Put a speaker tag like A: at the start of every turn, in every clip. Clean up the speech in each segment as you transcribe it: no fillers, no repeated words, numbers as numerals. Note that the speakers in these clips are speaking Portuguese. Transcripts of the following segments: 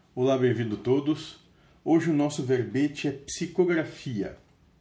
A: Olá, bem-vindo todos. Hoje o nosso verbete é psicografia.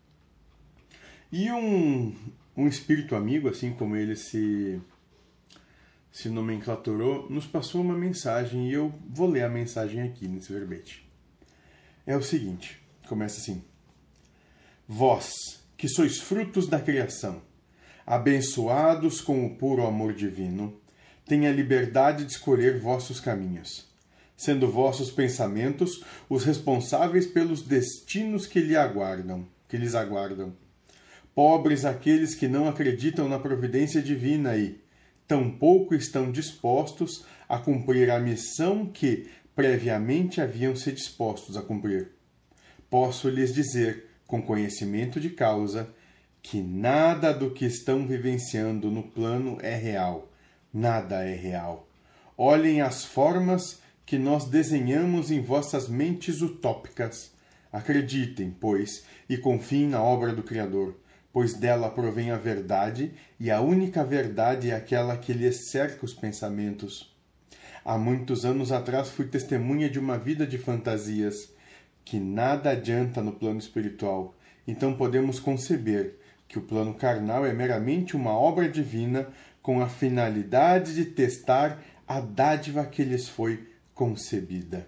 A: E um espírito amigo, assim como ele se nomenclaturou, nos passou uma mensagem e eu vou ler a mensagem aqui nesse verbete. É o seguinte, começa assim. Vós, que sois frutos da criação, abençoados com o puro amor divino, tenha liberdade de escolher vossos caminhos, sendo vossos pensamentos os responsáveis pelos destinos que lhes aguardam. Pobres aqueles que não acreditam na providência divina e, tampouco estão dispostos a cumprir a missão que previamente haviam se dispostos a cumprir. Posso lhes dizer, com conhecimento de causa, que nada do que estão vivenciando no plano é real. Nada é real. Olhem as formas que nós desenhamos em vossas mentes utópicas. Acreditem, pois, e confiem na obra do Criador, pois dela provém a verdade, e a única verdade é aquela que lhes cerca os pensamentos. Há muitos anos atrás fui testemunha de uma vida de fantasias, que nada adianta no plano espiritual. Então podemos conceber que o plano carnal é meramente uma obra divina com a finalidade de testar a dádiva que lhes foi concedida.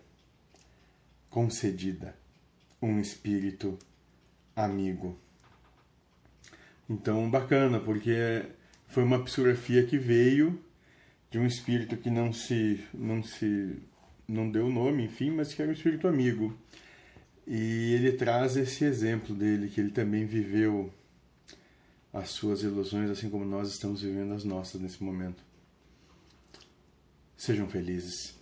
A: Um espírito amigo. Então, bacana, porque foi uma psicografia que veio de um espírito que não deu nome, enfim, mas que era um espírito amigo. E ele traz esse exemplo dele, que ele também viveu as suas ilusões, assim como nós estamos vivendo as nossas nesse momento. Sejam felizes.